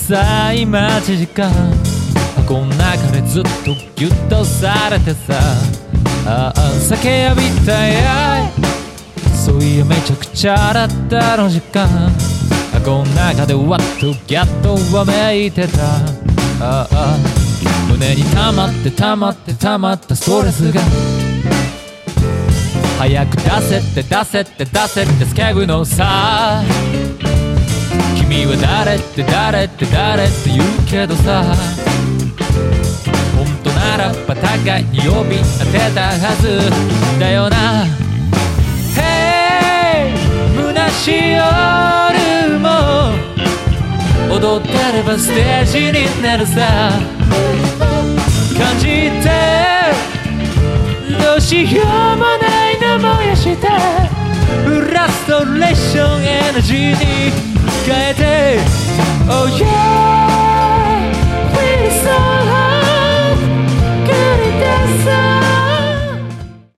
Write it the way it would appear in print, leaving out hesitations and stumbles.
さい待ち時間この中でずっとギュッとされてさああ酒浴びたいそういやめちゃくちゃだったの時間この中でわっとギャッとわめいてたああ胸に溜まって溜まって溜まったストレスが早く出せって出せって出せって叫ぶのさ君は誰って誰って誰って言うけどさ本当ならば互いに呼び当てたはずだよな Hey 虚しい夜も踊ってればステージになるさ感じてどうしようもないの燃やしてフラストレーションエナジーに変えて Oh yeah